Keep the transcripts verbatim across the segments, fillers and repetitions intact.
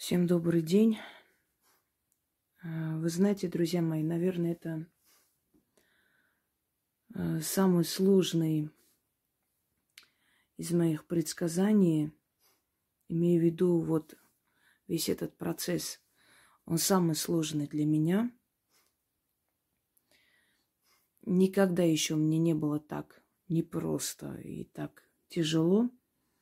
Всем добрый день. Вы знаете, друзья мои, наверное, это самый сложный из моих предсказаний. Имею в виду вот весь этот процесс. Он самый сложный для меня. Никогда еще мне не было так непросто и так тяжело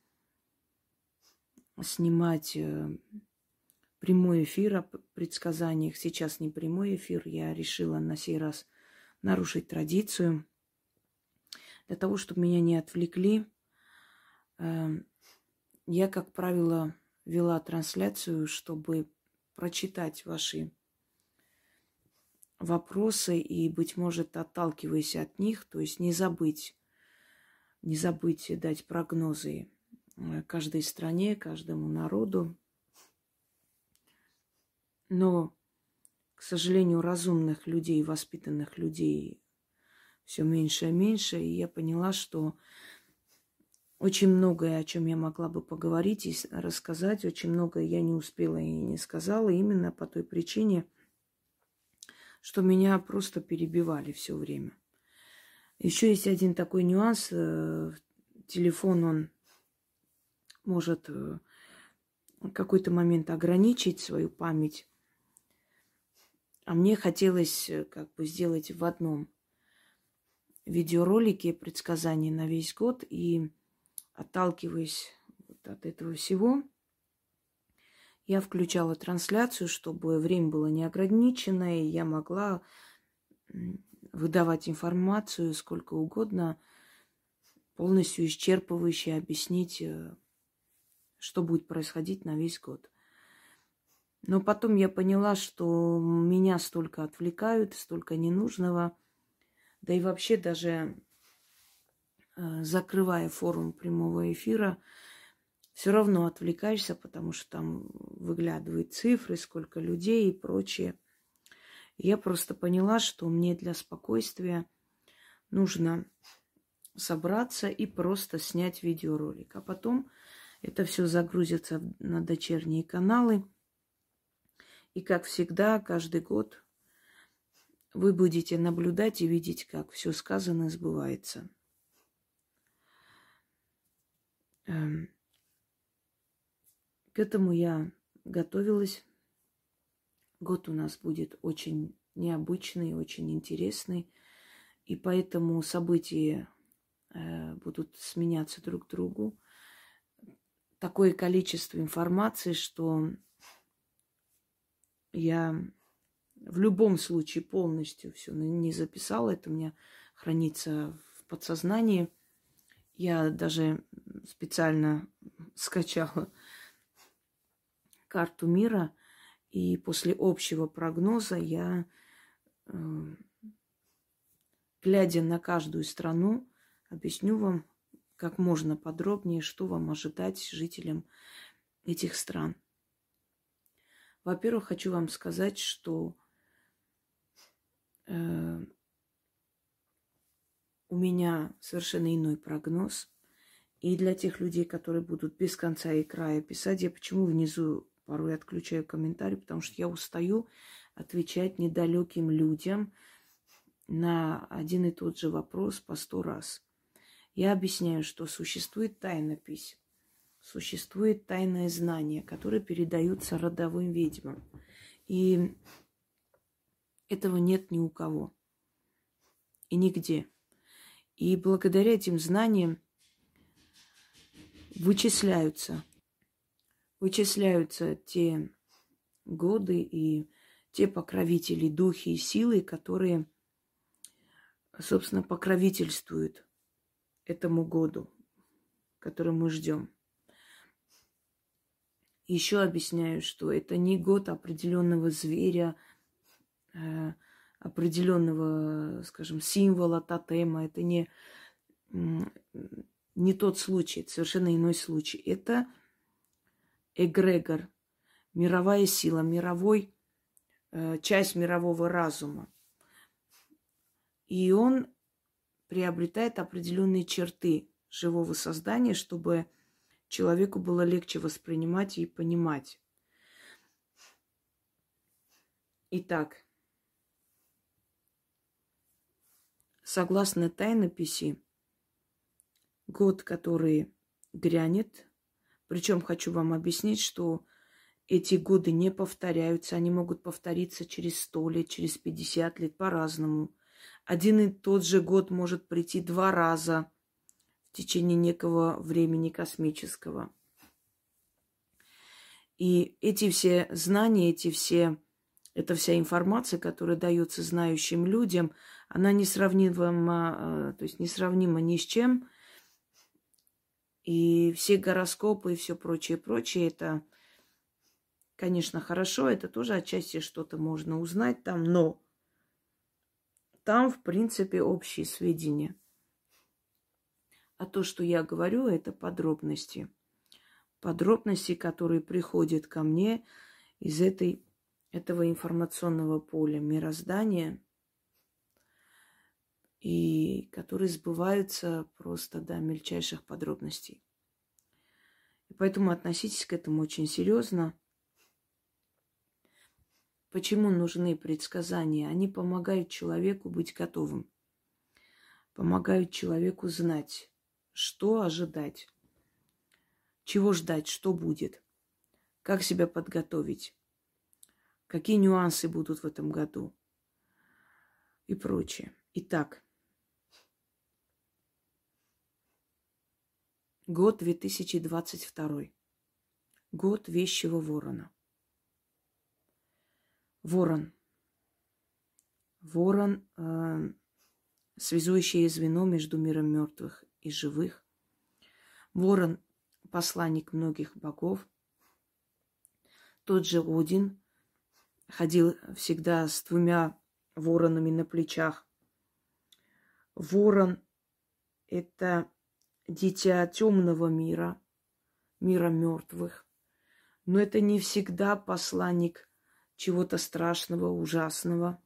снимать прямой эфир о предсказаниях. Сейчас не прямой эфир. Я решила на сей раз нарушить традицию. Для того, чтобы меня не отвлекли, я, как правило, вела трансляцию, чтобы прочитать ваши вопросы и, быть может, отталкиваясь от них, то есть не забыть, не забыть дать прогнозы каждой стране, каждому народу. Но, к сожалению, разумных людей, воспитанных людей все меньше и меньше. И я поняла, что очень многое, о чем я могла бы поговорить и рассказать, очень многое я не успела и не сказала, именно по той причине, что меня просто перебивали все время. Еще есть один такой нюанс. Телефон, он может в какой-то момент ограничить свою память. А мне хотелось как бы сделать в одном видеоролике предсказания на весь год. И отталкиваясь вот от этого всего, я включала трансляцию, чтобы время было неограниченное, и я могла выдавать информацию сколько угодно, полностью исчерпывающе объяснить, что будет происходить на весь год. Но потом я поняла, что меня столько отвлекают, столько ненужного. Да и вообще даже закрывая форум прямого эфира, все равно отвлекаешься, потому что там выглядывают цифры, сколько людей и прочее. Я просто поняла, что мне для спокойствия нужно собраться и просто снять видеоролик. А потом это все загрузится на дочерние каналы. И, как всегда, каждый год вы будете наблюдать и видеть, как все сказанное сбывается. К этому я готовилась. Год у нас будет очень необычный, очень интересный. И поэтому события будут сменяться друг к другу. Такое количество информации, что я в любом случае полностью все не записала. Это у меня хранится в подсознании. Я даже специально скачала карту мира. И после общего прогноза я, глядя на каждую страну, объясню вам как можно подробнее, что вам ожидать жителям этих стран. Во-первых, хочу вам сказать, что э, у меня совершенно иной прогноз. И для тех людей, которые будут без конца и края писать, я почему внизу порой отключаю комментарии, потому что я устаю отвечать недалеким людям на один и тот же вопрос по сто раз. Я объясняю, что существует тайнопись. Существует тайное знание, которое передается родовым ведьмам. И этого нет ни у кого. И нигде. И благодаря этим знаниям вычисляются, вычисляются те годы и те покровители, духи и силы, которые, собственно, покровительствуют этому году, который мы ждем. Еще объясняю, что это не год определенного зверя, э, определенного, скажем, символа, тотема. Это не, не тот случай, это совершенно иной случай. Это эгрегор, мировая сила, мировой, э, часть мирового разума. И он приобретает определенные черты живого создания, чтобы человеку было легче воспринимать и понимать. Итак, согласно тайнописи, год, который грянет, причем хочу вам объяснить, что эти годы не повторяются, они могут повториться через сто лет, через пятьдесят лет, по-разному. Один и тот же год может прийти два раза в течение некого времени космического. И эти все знания, эти все, эта вся информация, которая дается знающим людям, она несравнима, то есть несравнима ни с чем. И все гороскопы и все прочее, прочее, это, конечно, хорошо, это тоже отчасти что-то можно узнать там, но там, в принципе, общие сведения. А то, что я говорю, это подробности. Подробности, которые приходят ко мне из этой, этого информационного поля мироздания, и которые сбываются просто до мельчайших подробностей. И поэтому относитесь к этому очень серьезно. Почему нужны предсказания? Они помогают человеку быть готовым, помогают человеку знать, что ожидать, чего ждать, что будет, как себя подготовить, какие нюансы будут в этом году и прочее. Итак, год две тысячи двадцать второй. Год вещего ворона. Ворон. Ворон э, – связующее звено между миром мертвых и живых. Ворон – посланник многих богов. Тот же Один ходил всегда с двумя воронами на плечах. Ворон – это дитя темного мира, мира мертвых. Но это не всегда посланник чего-то страшного, ужасного.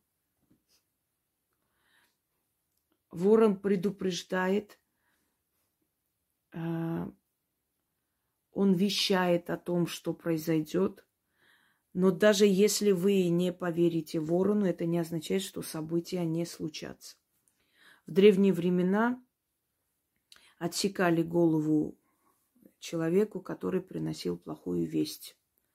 Ворон предупреждает, он вещает о том, что произойдет. Но даже если вы не поверите ворону, это не означает, что события не случатся. В древние времена отсекали голову человеку, который приносил плохую весть.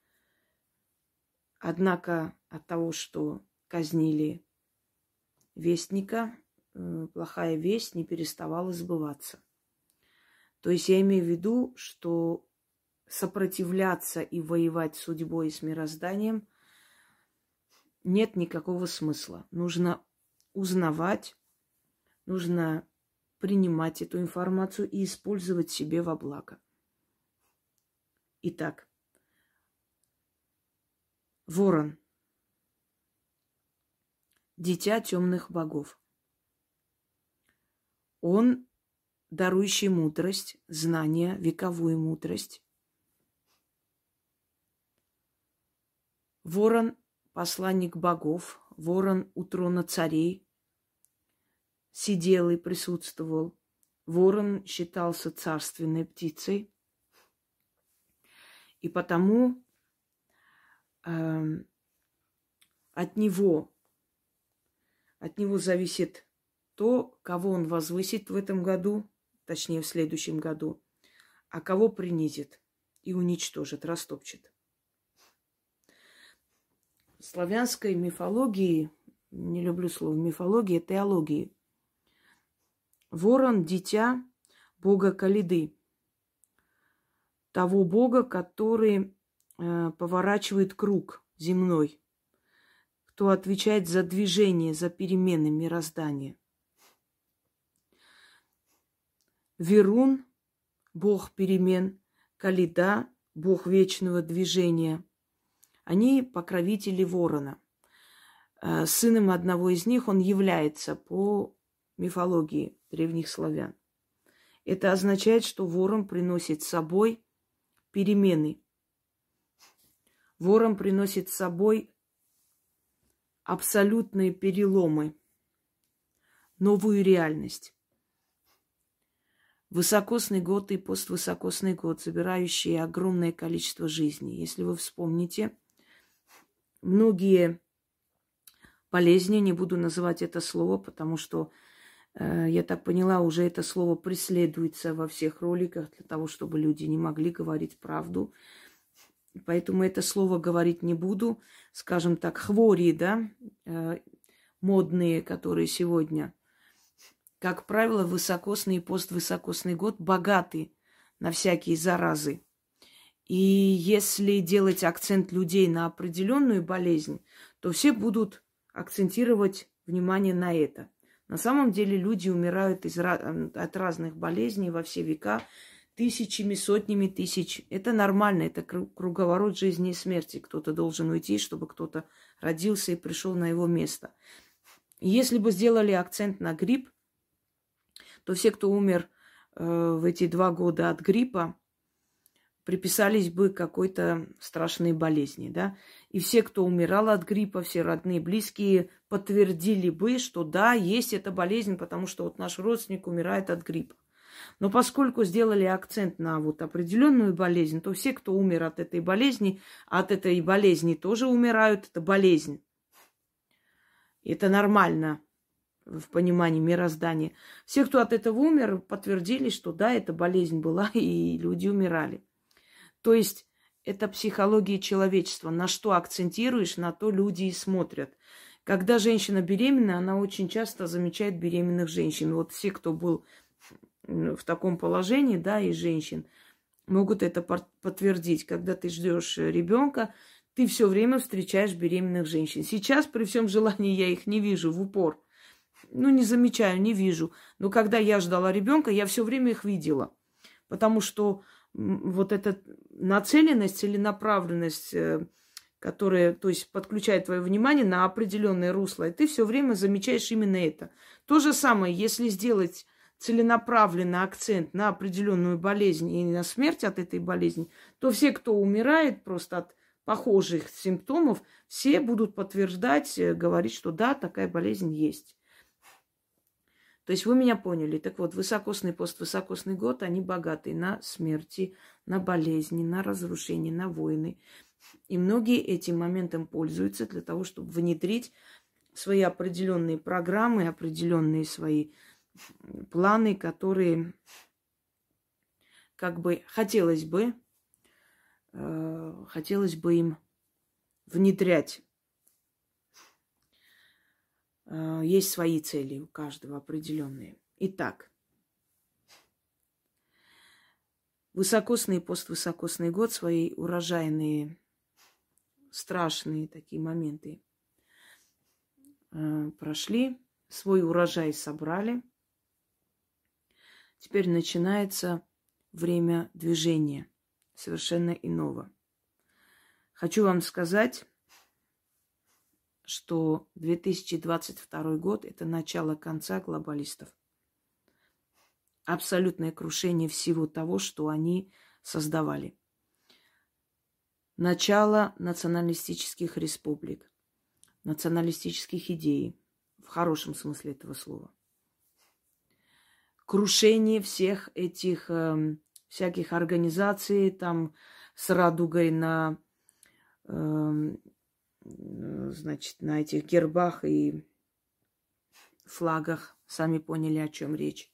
Однако от того, что казнили вестника, плохая весть не переставала сбываться. То есть я имею в виду, что сопротивляться и воевать с судьбой и с мирозданием нет никакого смысла. Нужно узнавать, нужно принимать эту информацию и использовать себе во благо. Итак, Ворон. Дитя темных богов. Он, дарующий мудрость, знания, вековую мудрость. Ворон – посланник богов. Ворон у трона царей. Сидел и присутствовал. Ворон считался царственной птицей. И потому от него, от него зависит то, кого он возвысит в этом году, точнее в следующем году, а кого принизит и уничтожит, растопчет. В славянской мифологии, не люблю слово мифология, теологии, ворон – дитя бога Калиды, того бога, который поворачивает круг земной, кто отвечает за движение, за перемены мироздания. Верун – бог перемен, Калида – бог вечного движения. Они покровители ворона. Сыном одного из них он является по мифологии древних славян. Это означает, что ворон приносит с собой перемены. Ворон приносит с собой абсолютные переломы, новую реальность. Высокосный год и поствысокосный год, забирающие огромное количество жизней. Если вы вспомните, многие болезни, не буду называть это слово, потому что, э, я так поняла, уже это слово преследуется во всех роликах для того, чтобы люди не могли говорить правду. Поэтому это слово говорить не буду. Скажем так, хвори, да, э, модные, которые сегодня, как правило, высокосный и поствысокосный год богаты на всякие заразы. И если делать акцент людей на определенную болезнь, то все будут акцентировать внимание на это. На самом деле люди умирают из, от разных болезней во все века, тысячами, сотнями тысяч. Это нормально, это круговорот жизни и смерти. Кто-то должен уйти, чтобы кто-то родился и пришел на его место. Если бы сделали акцент на грипп, то все, кто умер э, в эти два года от гриппа, приписались бы какой-то страшной болезни, да. И все, кто умирал от гриппа, все родные, близкие, подтвердили бы, что да, есть эта болезнь, потому что вот наш родственник умирает от гриппа. Но поскольку сделали акцент на вот определенную болезнь, то все, кто умер от этой болезни, от этой болезни тоже умирают, это болезнь. Это нормально в понимании мироздания. Все, кто от этого умер, подтвердили, что да, эта болезнь была, и люди умирали. То есть это психология человечества. На что акцентируешь, на то люди и смотрят. Когда женщина беременна, она очень часто замечает беременных женщин. Вот все, кто был в таком положении, да, и женщин, могут это подтвердить. Когда ты ждешь ребенка, ты все время встречаешь беременных женщин. Сейчас при всем желании я их не вижу в упор. Ну, не замечаю, не вижу. Но когда я ждала ребенка, я все время их видела. Потому что вот эта нацеленность, целенаправленность, которая, то есть, подключает твое внимание на определенное русло, и ты все время замечаешь именно это. То же самое, если сделать целенаправленный акцент на определенную болезнь и на смерть от этой болезни, то все, кто умирает просто от похожих симптомов, все будут подтверждать, говорить, что да, такая болезнь есть. То есть вы меня поняли. Так вот, высокосный, поствысокосный год, они богаты на смерти, на болезни, на разрушения, на войны. И многие этим моментом пользуются для того, чтобы внедрить свои определенные программы, определенные свои планы, которые, как бы, хотелось бы, э, хотелось бы им внедрять. Есть свои цели у каждого определенные. Итак, высокосный и поствысокосный год, свои урожайные, страшные такие моменты э, прошли, свой урожай собрали. Теперь начинается время движения, совершенно иного. Хочу вам сказать, что две тысячи двадцать второй год – это начало конца глобалистов. Абсолютное крушение всего того, что они создавали. Начало националистических республик, националистических идей, в хорошем смысле этого слова. Крушение всех этих э, всяких организаций, там, с радугой на... Э, значит, на этих гербах и флагах. Сами поняли, о чем речь.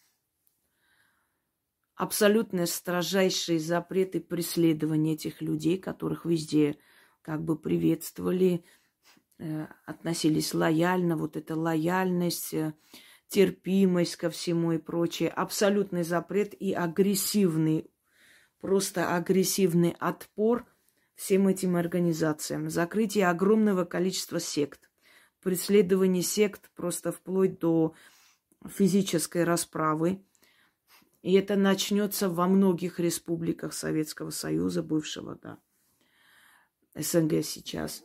Абсолютно строжайшие запреты преследования этих людей, которых везде как бы приветствовали, э, относились лояльно. Вот эта лояльность, э, терпимость ко всему и прочее. Абсолютный запрет и агрессивный, просто агрессивный отпор всем этим организациям. Закрытие огромного количества сект. Преследование сект просто вплоть до физической расправы. И это начнется во многих республиках Советского Союза, бывшего, да, СНГ сейчас.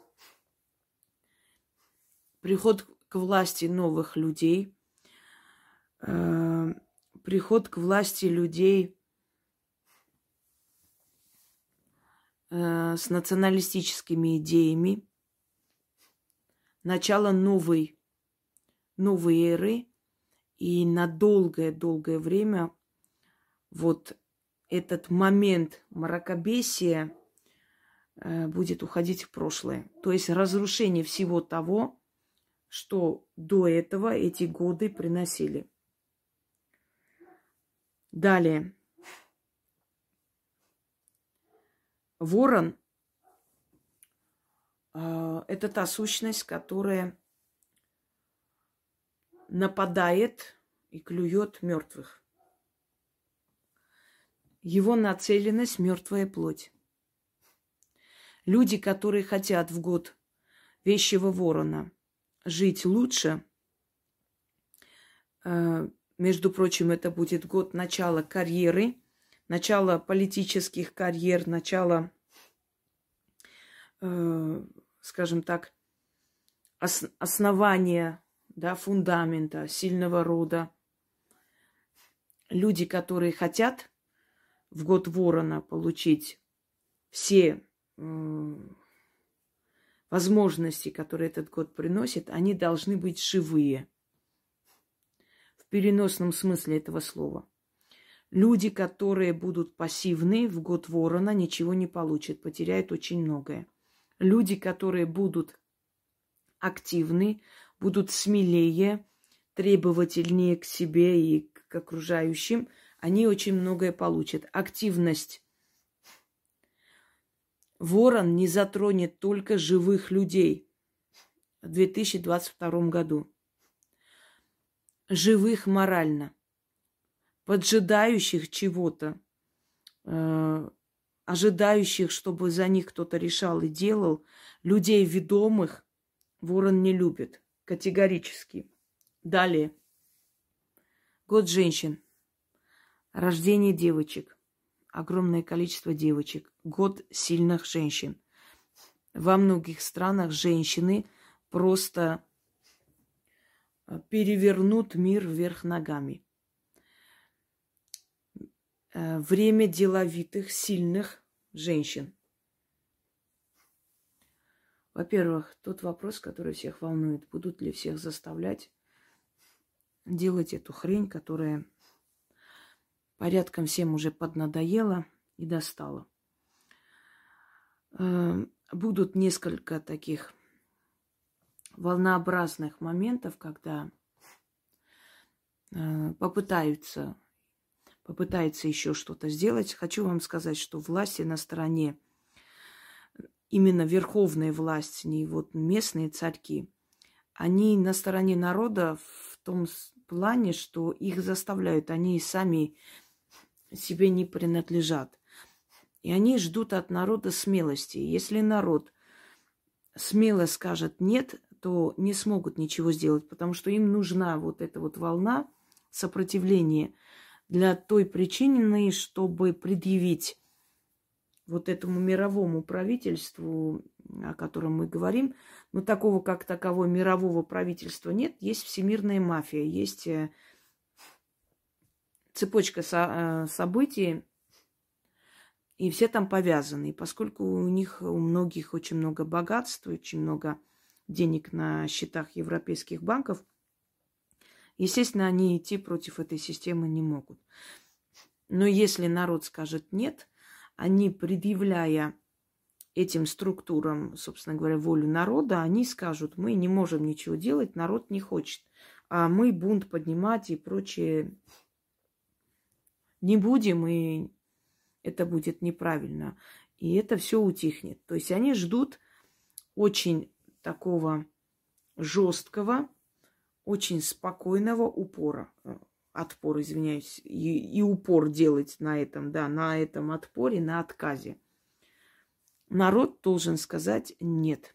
Приход к власти новых людей. Э, приход к власти людей с националистическими идеями, начало новой, новой эры, и на долгое-долгое время вот этот момент мракобесия э, будет уходить в прошлое. То есть разрушение всего того, что до этого эти годы приносили. Далее. Ворон э, – это та сущность, которая нападает и клюет мертвых. Его нацеленность – мертвая плоть. Люди, которые хотят в год вещего ворона жить лучше, э, между прочим, это будет год начала карьеры, начало политических карьер, начало, э, скажем так, ос- основания, да, фундамента, сильного рода. Люди, которые хотят в год ворона получить все э, возможности, которые этот год приносит, они должны быть живые. В переносном смысле этого слова. Люди, которые будут пассивны в год ворона, ничего не получат, потеряют очень многое. Люди, которые будут активны, будут смелее, требовательнее к себе и к окружающим, они очень многое получат. Активность. Ворон не затронет только живых людей в две тысячи двадцать втором году. Живых морально. Поджидающих чего-то, э, ожидающих, чтобы за них кто-то решал и делал, людей ведомых ворон не любит категорически. Далее. Год женщин. Рождение девочек. Огромное количество девочек. Год сильных женщин. Во многих странах женщины просто перевернут мир вверх ногами. Время деловитых, сильных женщин. Во-первых, тот вопрос, который всех волнует, будут ли всех заставлять делать эту хрень, которая порядком всем уже поднадоела и достала. Будут несколько таких волнообразных моментов, когда попытаются попытается еще что-то сделать. Хочу вам сказать, что власти на стороне, именно верховная власть, не вот местные царьки, они на стороне народа в том плане, что их заставляют, они сами себе не принадлежат. И они ждут от народа смелости. Если народ смело скажет «нет», то не смогут ничего сделать, потому что им нужна вот эта вот волна сопротивления, для той причины, чтобы предъявить вот этому мировому правительству, о котором мы говорим, но такого, как такового мирового правительства нет, есть всемирная мафия, есть цепочка со- событий, и все там повязаны. И поскольку у них, у многих очень много богатства, очень много денег на счетах европейских банков, естественно, они идти против этой системы не могут. Но если народ скажет «нет», они, предъявляя этим структурам, собственно говоря, волю народа, они скажут: мы не можем ничего делать, народ не хочет, а мы бунт поднимать и прочее не будем, и это будет неправильно. И это все утихнет. То есть они ждут очень такого жесткого, очень спокойного упора, отпор, извиняюсь, и, и упор делать на этом, да, на этом отпоре, на отказе. Народ должен сказать «нет».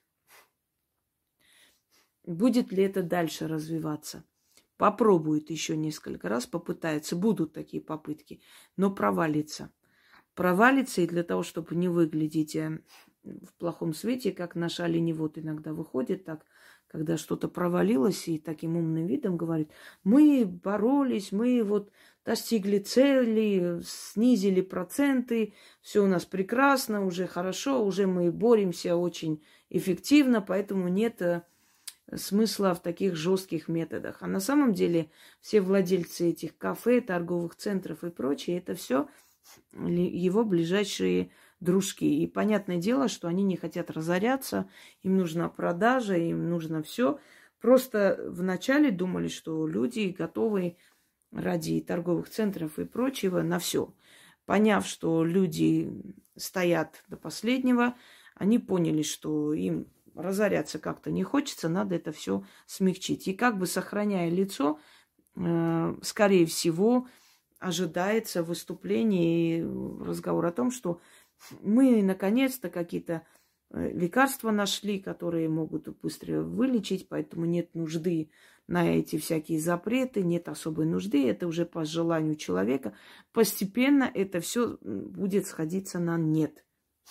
Будет ли это дальше развиваться? Попробует еще несколько раз, попытается, будут такие попытки, но провалится. Провалится, и для того, чтобы не выглядеть в плохом свете, как наш оленевод иногда выходит так, когда что-то провалилось, и таким умным видом говорит: мы боролись, мы вот достигли цели, снизили проценты, все у нас прекрасно, уже хорошо, уже мы боремся очень эффективно, поэтому нет смысла в таких жестких методах. А на самом деле все владельцы этих кафе, торговых центров и прочее, это все его ближайшие дружки. И понятное дело, что они не хотят разоряться, им нужна продажа, им нужно все. Просто вначале думали, что люди готовы ради торговых центров и прочего на все. Поняв, что люди стоят до последнего, они поняли, что им разоряться как-то не хочется, надо это все смягчить. И как бы сохраняя лицо, э, скорее всего, ожидается выступление и разговор о том, что мы наконец-то какие-то лекарства нашли, которые могут быстро вылечить, поэтому нет нужды на эти всякие запреты, нет особой нужды, это уже по желанию человека. Постепенно это все будет сходиться на нет.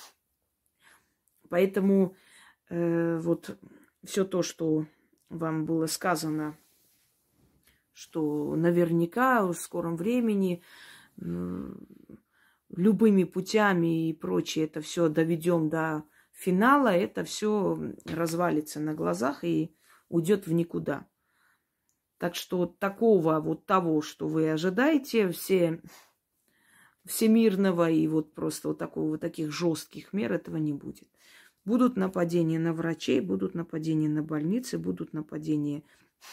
Поэтому э, вот все то, что вам было сказано, что наверняка в скором времени э, любыми путями и прочее это все доведем до финала, это все развалится на глазах и уйдет в никуда. Так что такого вот того, что вы ожидаете, все, всемирного и вот просто вот такого вот таких жестких мер, этого не будет. Будут нападения на врачей, будут нападения на больницы, будут нападения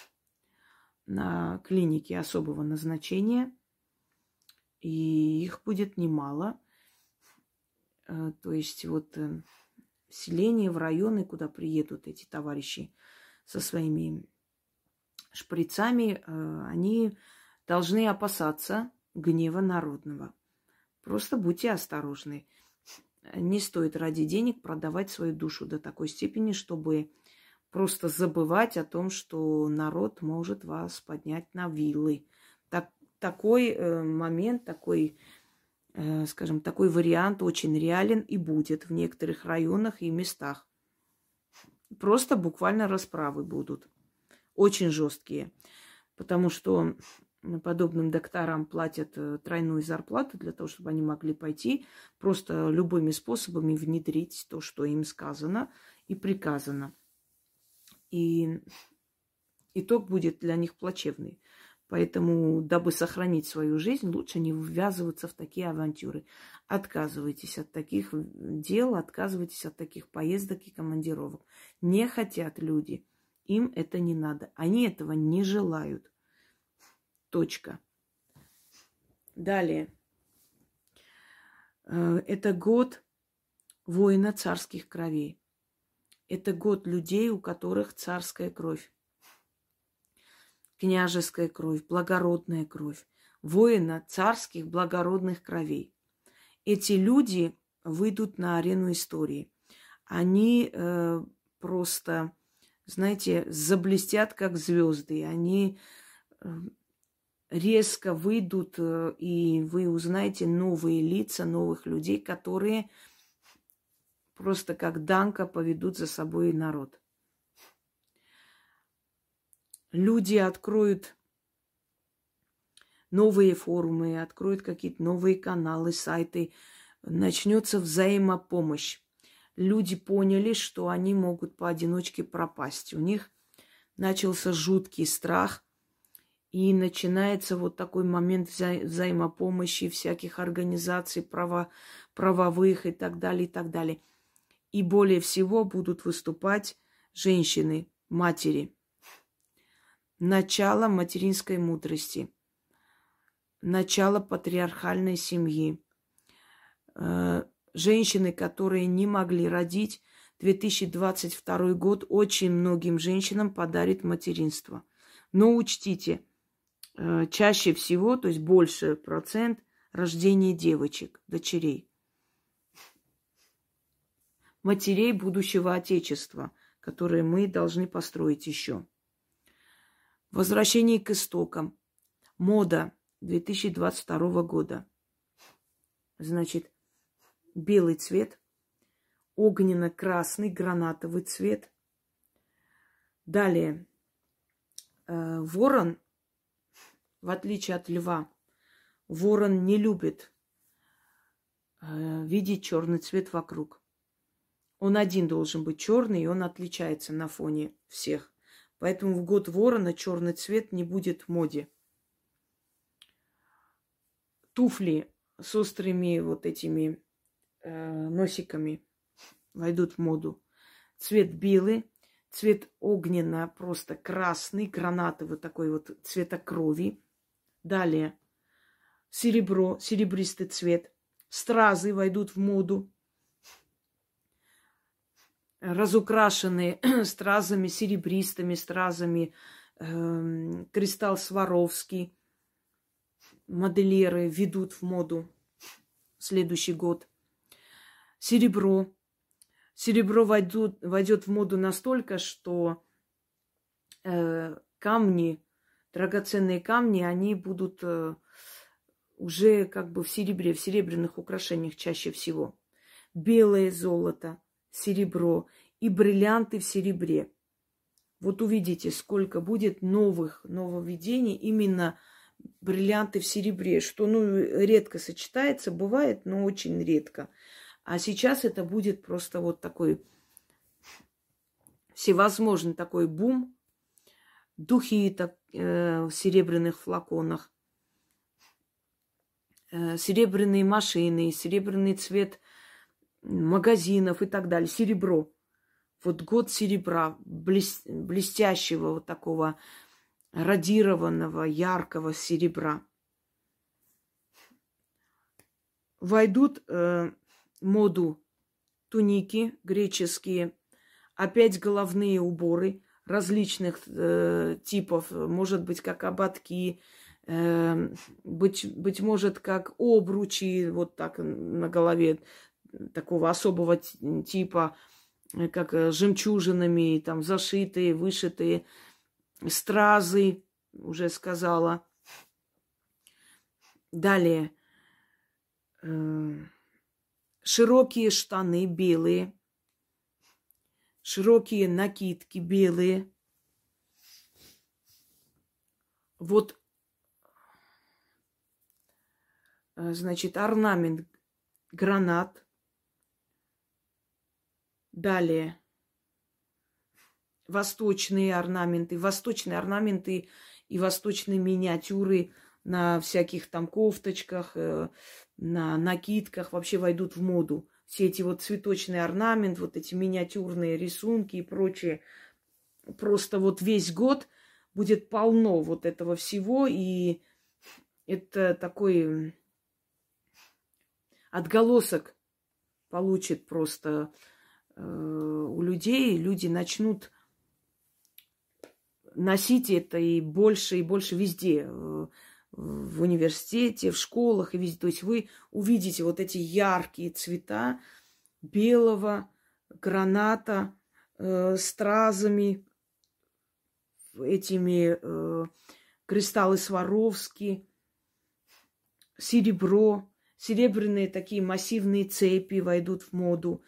на клиники особого назначения. И их будет немало. То есть вот селения, в районы, куда приедут эти товарищи со своими шприцами, они должны опасаться гнева народного. Просто будьте осторожны. Не стоит ради денег продавать свою душу до такой степени, чтобы просто забывать о том, что народ может вас поднять на вилы. Так, такой момент, такой, скажем, такой вариант очень реален и будет в некоторых районах и местах. Просто буквально расправы будут. Очень жесткие. Потому что подобным докторам платят тройную зарплату для того, чтобы они могли пойти просто любыми способами внедрить то, что им сказано и приказано. И итог будет для них плачевный. Поэтому, дабы сохранить свою жизнь, лучше не ввязываться в такие авантюры. Отказывайтесь от таких дел, отказывайтесь от таких поездок и командировок. Не хотят люди. Им это не надо. Они этого не желают. Точка. Далее. Это год воина царских кровей. Это год людей, у которых царская кровь. Княжеская кровь, благородная кровь. Воина царских благородных кровей. Эти люди выйдут на арену истории. Они э, просто, знаете, заблестят, как звезды. Они э, резко выйдут, э, и вы узнаете новые лица, новых людей, которые просто как Данка поведут за собой народ. Люди откроют новые форумы, откроют какие-то новые каналы, сайты. Начнется взаимопомощь. Люди поняли, что они могут поодиночке пропасть. У них начался жуткий страх. И начинается вот такой момент вза- взаимопомощи всяких организаций, право, правовых и так далее, и так далее. И более всего будут выступать женщины, матери. Начало материнской мудрости, начало патриархальной семьи. Женщины, которые не могли родить, две тысячи двадцать второй год очень многим женщинам подарит материнство. Но учтите, чаще всего, то есть больше процент рождения девочек, дочерей. Матерей будущего Отечества, которые мы должны построить еще. Возвращение к истокам. Мода две тысячи двадцать второго года. Значит, белый цвет, огненно-красный, гранатовый цвет. Далее, э, ворон, в отличие от льва, ворон не любит э, видеть черный цвет вокруг. Он один должен быть черный, и он отличается на фоне всех. Поэтому в год ворона черный цвет не будет в моде. Туфли с острыми вот этими э, носиками войдут в моду. Цвет белый, цвет огненно, просто красный, гранатовый такой вот цвета крови. Далее серебро, серебристый цвет. Стразы войдут в моду. Разукрашенные стразами, серебристыми стразами. Э, кристалл Сваровский. Модельеры ведут в моду следующий год. Серебро. Серебро войдут, войдет в моду настолько, что э, камни, драгоценные камни, они будут э, уже как бы в серебре, в серебряных украшениях чаще всего. Белое золото, серебро и бриллианты в серебре. Вот увидите, сколько будет новых нововведений именно бриллианты в серебре, что ну редко сочетается, бывает, но очень редко. А сейчас это будет просто вот такой всевозможный такой бум. Духи так, э, в серебряных флаконах, э, серебряные машины, серебряный цвет магазинов и так далее. Серебро. Вот год серебра, блес, блестящего вот такого радированного, яркого серебра. Войдут э, в моду туники греческие, опять головные уборы различных э, типов, может быть, как ободки, э, быть, быть может, как обручи, вот так на голове, такого особого типа, как жемчужинами, там, зашитые, вышитые, стразы, уже сказала. Далее. Э, широкие штаны белые. Широкие накидки белые. Вот, значит, орнамент гранат. Далее. Восточные орнаменты. Восточные орнаменты и восточные миниатюры на всяких там кофточках, на накидках вообще войдут в моду. Все эти вот цветочный орнамент, вот эти миниатюрные рисунки и прочее. Просто вот весь год будет полно вот этого всего. И это такой отголосок получит просто э, у людей. Люди начнут носить это и больше, и больше везде. В университете, в школах и везде. То есть вы увидите вот эти яркие цвета белого, граната, э, стразами, этими э, кристаллы Сваровски, серебро, серебряные такие массивные цепи войдут в моду,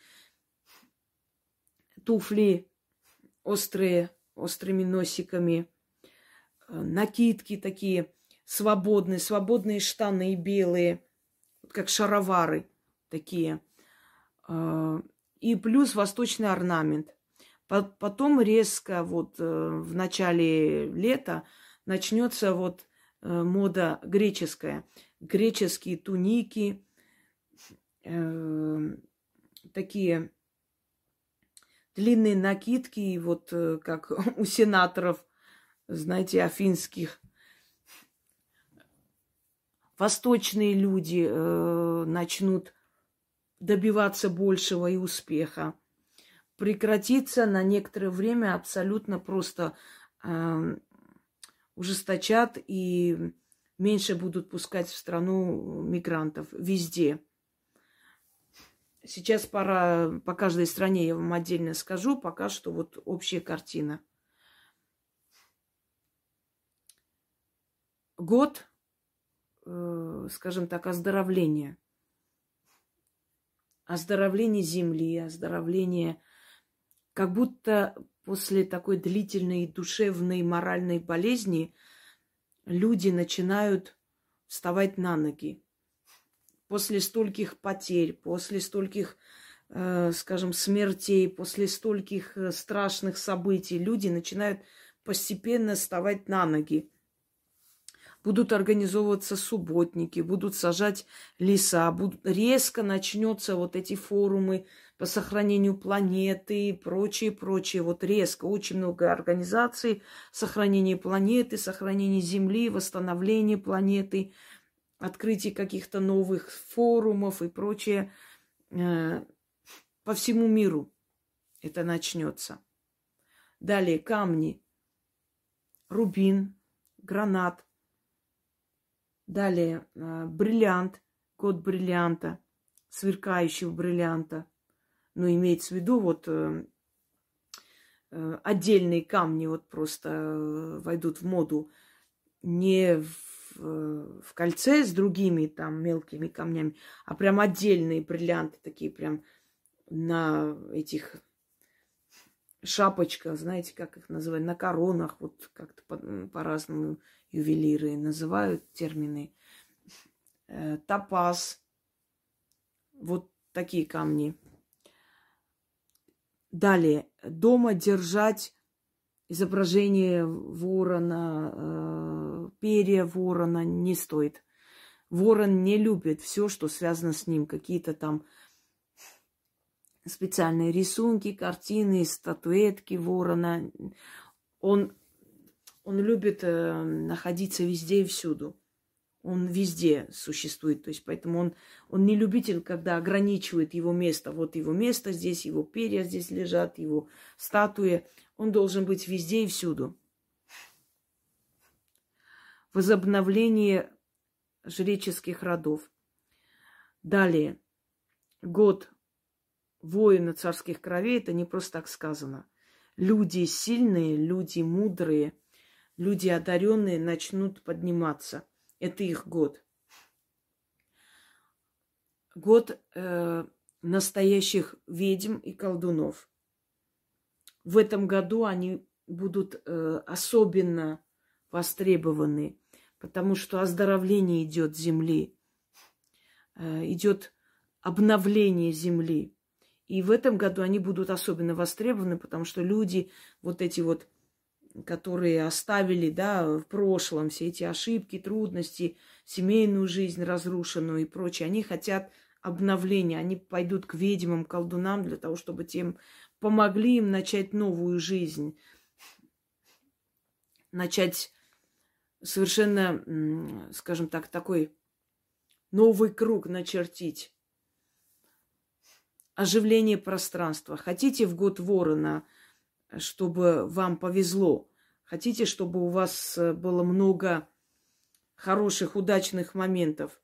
туфли острые, острыми носиками, э, накидки такие свободные, свободные штаны белые, как шаровары такие. И плюс восточный орнамент. Потом резко вот в начале лета начнется вот мода греческая. Греческие туники, такие длинные накидки, вот как у сенаторов, знаете, афинских. Восточные люди э, начнут добиваться большего и успеха. Прекратится на некоторое время абсолютно просто э, ужесточат и меньше будут пускать в страну мигрантов везде. Сейчас пора по каждой стране я вам отдельно скажу, пока что вот общая картина. Год, скажем так, оздоровления. Оздоровление земли, оздоровление, как будто после такой длительной душевной, моральной болезни люди начинают вставать на ноги. После стольких потерь, после стольких, э, скажем, смертей, после стольких страшных событий люди начинают постепенно вставать на ноги. Будут организовываться субботники, будут сажать леса, будут, резко начнется вот эти форумы по сохранению планеты и прочее, прочее. Вот резко очень много организаций сохранения планеты, сохранения Земли, восстановления планеты, открытие каких-то новых форумов и прочее. Э, по всему миру это начнется. Далее камни. Рубин, гранат. Далее э, бриллиант, год бриллианта, сверкающего бриллианта. Но имеется в виду вот э, э, отдельные камни вот просто э, войдут в моду не в, э, в кольце с другими там мелкими камнями, а прям отдельные бриллианты, такие прям на этих шапочках, знаете, как их называют, на коронах, вот как-то по- по-разному ювелиры называют термины. Э, топаз, вот такие камни. Далее, дома держать изображение ворона, э, перья ворона не стоит. Ворон не любит все, что связано с ним. Какие-то там специальные рисунки, картины, статуэтки ворона. Он, он любит э, находиться везде и всюду. Он везде существует. То есть поэтому он, он не любитель, когда ограничивает его место. Вот его место здесь, его перья здесь лежат, его статуи. Он должен быть везде и всюду. Возобновление жреческих родов. Далее. Год воина царских кровей. Это не просто так сказано. Люди сильные, люди мудрые, люди одаренные начнут подниматься. Это их год. Год э, настоящих ведьм и колдунов. В этом году они будут э, особенно востребованы, потому что оздоровление идет земли, э, идет обновление земли. И в этом году они будут особенно востребованы, потому что люди, вот эти вот, которые оставили, да, в прошлом все эти ошибки, трудности, семейную жизнь разрушенную и прочее, они хотят обновления, они пойдут к ведьмам, колдунам для того, чтобы тем помогли им начать новую жизнь, начать совершенно, скажем так, такой новый круг начертить. Оживление пространства. Хотите в год ворона, чтобы вам повезло? Хотите, чтобы у вас было много хороших, удачных моментов?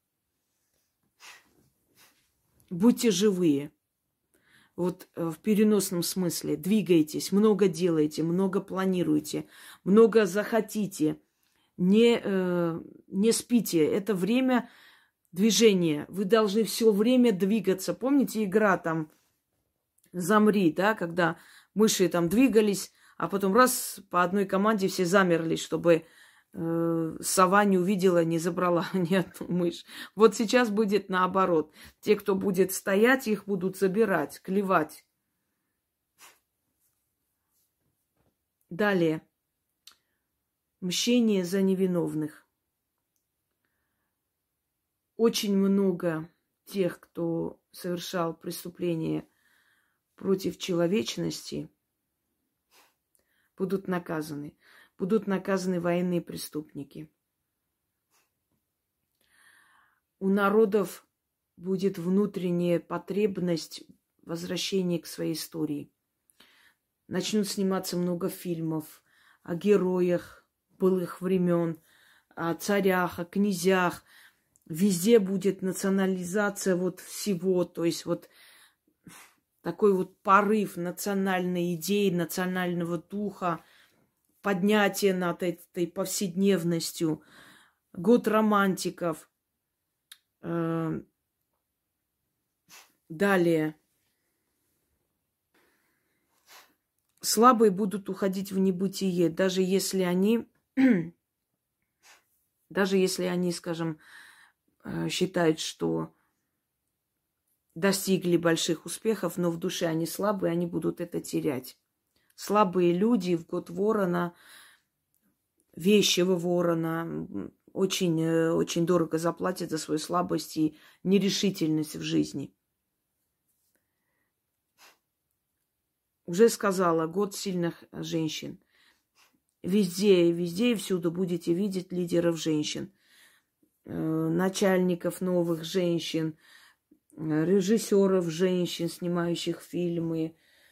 Будьте живые. Вот в переносном смысле. Двигайтесь, много делайте, много планируйте, много захотите. Не, э, не спите. Это время движения. Вы должны все время двигаться. Помните, игра там «Замри», да, когда мыши там двигались, а потом раз по одной команде все замерли, чтобы э, сова не увидела, не забрала ни одну мышь. Вот сейчас будет наоборот. Те, кто будет стоять, их будут забирать, клевать. Далее. Мщение за невиновных. Очень много тех, кто совершал преступления против человечности, будут наказаны. Будут наказаны военные преступники. У народов будет внутренняя потребность возвращения к своей истории. Начнут сниматься много фильмов о героях былых времен, о царях, о князях. Везде будет национализация вот всего, то есть вот такой вот порыв национальной идеи, национального духа, поднятие над этой повседневностью, год романтиков. Далее. Слабые будут уходить в небытие, даже если они, даже если они, скажем, считают, что достигли больших успехов, но в душе они слабые, они будут это терять. Слабые люди в год ворона, вещего ворона, очень, очень дорого заплатят за свою слабость и нерешительность в жизни. Уже сказала, год сильных женщин. Везде, везде и всюду будете видеть лидеров женщин, начальников новых женщин, режиссеров женщин, снимающих фильмы.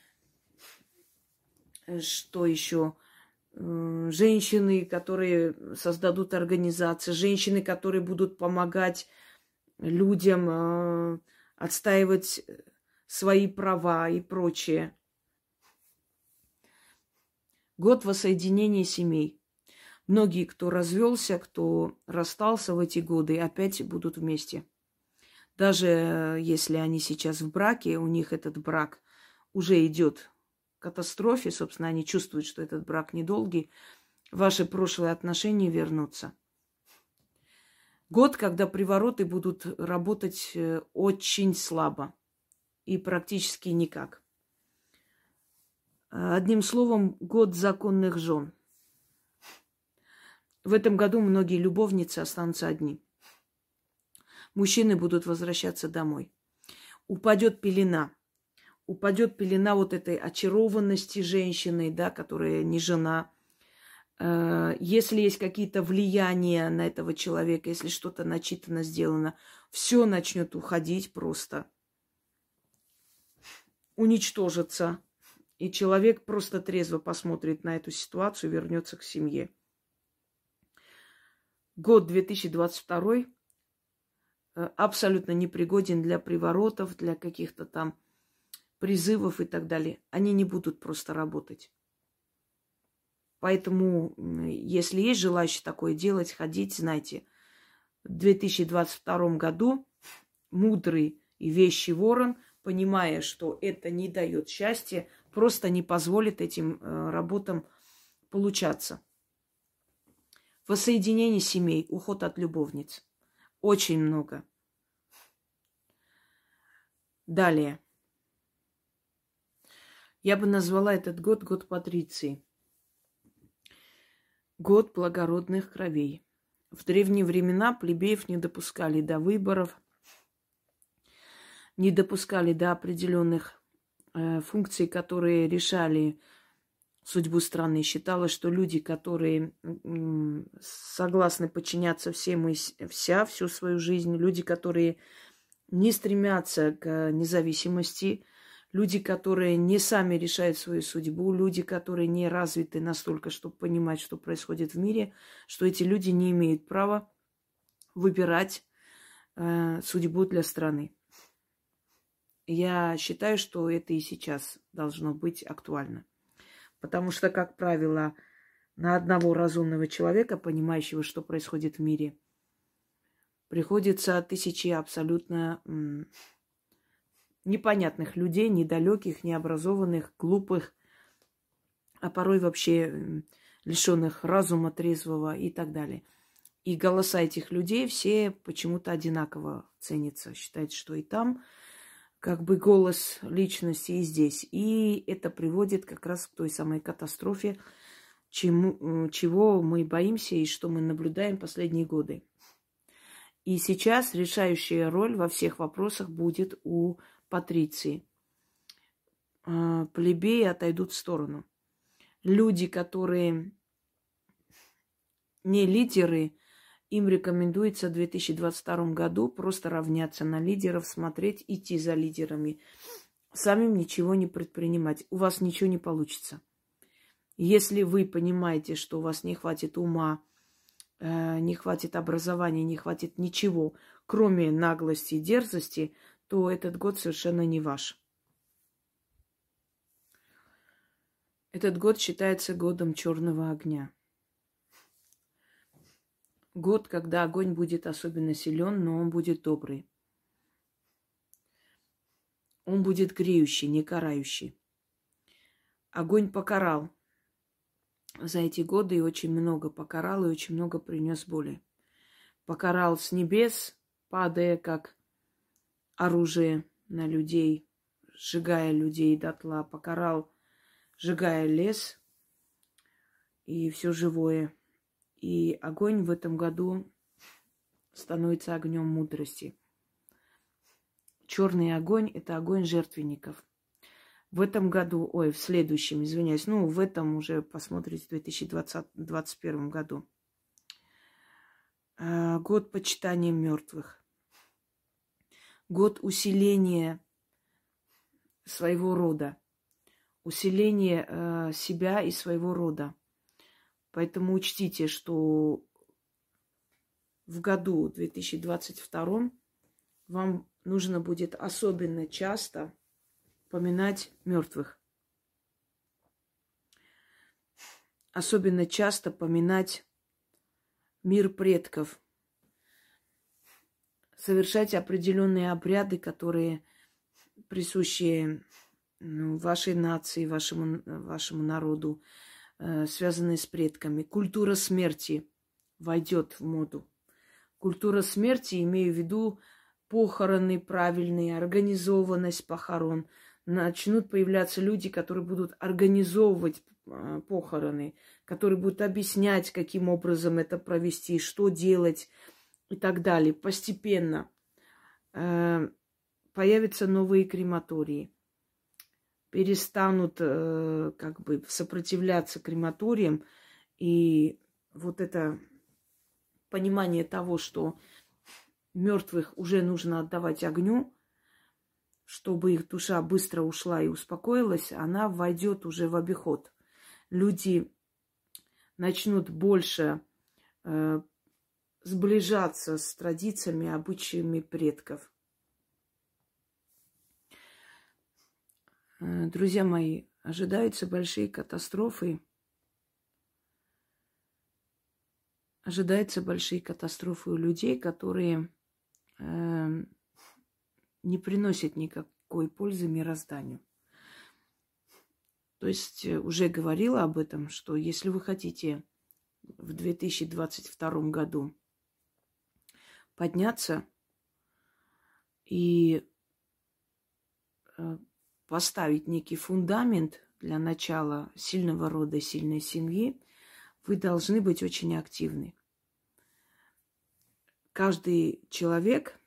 Что еще? Женщины, которые создадут организации, женщины, которые будут помогать людям отстаивать свои права и прочее. Год воссоединения семей. Многие, кто развелся, кто расстался в эти годы, опять будут вместе. Даже если они сейчас в браке, у них этот брак уже идет к катастрофе, собственно, они чувствуют, что этот брак недолгий, ваши прошлые отношения вернутся. Год, когда привороты будут работать очень слабо и практически никак. Одним словом, год законных жен. В этом году многие любовницы останутся одни. Мужчины будут возвращаться домой. Упадет пелена. Упадет пелена вот этой очарованности женщины, да, которая не жена. Если есть какие-то влияния на этого человека, если что-то начитано, сделано, все начнет уходить просто. Уничтожится. И человек просто трезво посмотрит на эту ситуацию и вернется к семье. Год две тысячи двадцать второй абсолютно непригоден для приворотов, для каких-то там призывов и так далее. Они не будут просто работать. Поэтому, если есть желающие такое делать, ходить, знайте, в две тысячи двадцать втором году мудрый и вещий ворон, понимая, что это не дает счастья, просто не позволит этим э, работам получаться. Воссоединение семей, уход от любовниц. Очень много. Далее. Я бы назвала этот год год Патриции. Год благородных кровей. В древние времена плебеев не допускали до выборов, не допускали до определенных э, функций, которые решали судьбу страны. Считалось, что люди, которые м, согласны подчиняться всем и вся всю свою жизнь, люди, которые не стремятся к независимости, люди, которые не сами решают свою судьбу, люди, которые не развиты настолько, чтобы понимать, что происходит в мире, что эти люди не имеют права выбирать э, судьбу для страны. Я считаю, что это и сейчас должно быть актуально. Потому что, как правило, на одного разумного человека, понимающего, что происходит в мире, приходится тысячи абсолютно м, непонятных людей, недалеких, необразованных, глупых, а порой вообще лишенных разума трезвого и так далее. И голоса этих людей все почему-то одинаково ценятся. Считается, что и там как бы голос личности, и здесь. И это приводит как раз к той самой катастрофе, чему, чего мы боимся и что мы наблюдаем последние годы. И сейчас решающая роль во всех вопросах будет у Патриции. Плебеи отойдут в сторону. Люди, которые не лидеры, им рекомендуется в две тысячи двадцать втором году просто равняться на лидеров, смотреть, идти за лидерами. Самим ничего не предпринимать. У вас ничего не получится. Если вы понимаете, что у вас не хватит ума, э, не хватит образования, не хватит ничего, кроме наглости и дерзости, то этот год совершенно не ваш. Этот год считается годом черного огня. Год, когда огонь будет особенно силен, но он будет добрый. Он будет греющий, не карающий. Огонь покарал за эти годы и очень много покарал, и очень много принес боли. Покарал с небес, падая как оружие на людей, сжигая людей дотла. Покарал, сжигая лес и все живое. И огонь в этом году становится огнем мудрости. Черный огонь – это огонь жертвенников. В этом году, ой, в следующем, извиняюсь, ну, в этом уже посмотрите, в две тысячи двадцать первом году. Год почитания мертвых. Год усиления своего рода. Усиления э, себя и своего рода. Поэтому учтите, что в году две тысячи двадцать втором вам нужно будет особенно часто поминать мертвых. Особенно часто поминать мир предков. Совершать определенные обряды, которые присущи ну, вашей нации, вашему, вашему народу, э, связанные с предками. Культура смерти войдет в моду. Культура смерти, имею в виду похороны правильные, организованность похорон. Начнут появляться люди, которые будут организовывать э, похороны, которые будут объяснять, каким образом это провести, что делать и так далее. Постепенно э, появятся новые крематории. Перестанут э, как бы сопротивляться крематориям. И вот это понимание того, что мертвых уже нужно отдавать огню, чтобы их душа быстро ушла и успокоилась, она войдет уже в обиход. Люди начнут больше э, сближаться с традициями, обычаями предков. Э, друзья мои, ожидаются большие катастрофы. Ожидаются большие катастрофы у людей, которые э, не приносят никакой пользы мирозданию. То есть уже говорила об этом, что если вы хотите в две тысячи двадцать втором году подняться и э, поставить некий фундамент для начала сильного рода, сильной семьи, вы должны быть очень активны. Каждый человек,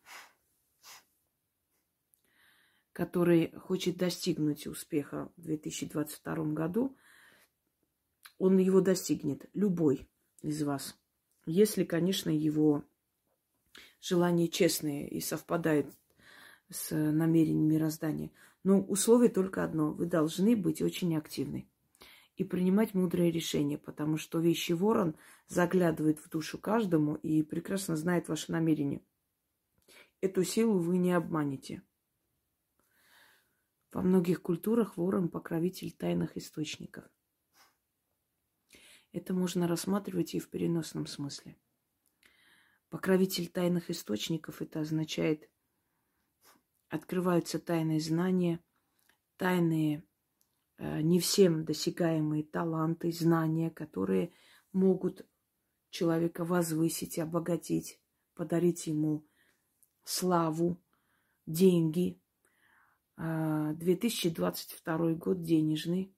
который хочет достигнуть успеха в две тысячи двадцать втором году, он его достигнет, любой из вас. Если, конечно, его желание честное и совпадает с намерением мироздания. Но условие только одно. Вы должны быть очень активны и принимать мудрые решения, потому что вещий ворон заглядывает в душу каждому и прекрасно знает ваше намерение. Эту силу вы не обманете. Во многих культурах ворон – покровитель тайных источников. Это можно рассматривать и в переносном смысле. Покровитель тайных источников – это означает, открываются тайные знания, тайные, э, не всем досягаемые таланты, знания, которые могут человека возвысить, обогатить, подарить ему славу, деньги. две тысячи двадцать второй год денежный.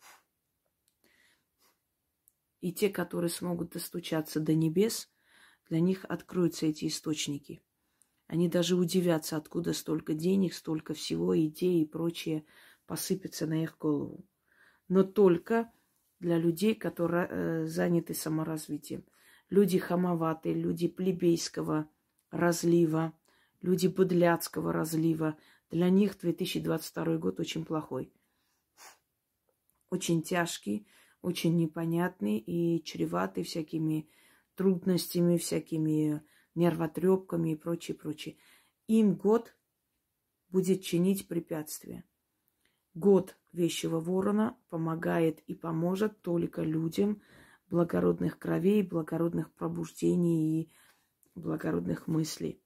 И те, которые смогут достучаться до небес, для них откроются эти источники. Они даже удивятся, откуда столько денег, столько всего, идей и прочее посыпется на их голову. Но только для людей, которые э, заняты саморазвитием. Люди хамоватые, люди плебейского разлива, люди быдляцкого разлива. Для них две тысячи двадцать второй год очень плохой. Очень тяжкий, очень непонятный и чреватый всякими трудностями, всякими нервотрепками и прочее, прочее. Им год будет чинить препятствия. Год вещего ворона помогает и поможет только людям благородных кровей, благородных пробуждений и благородных мыслей.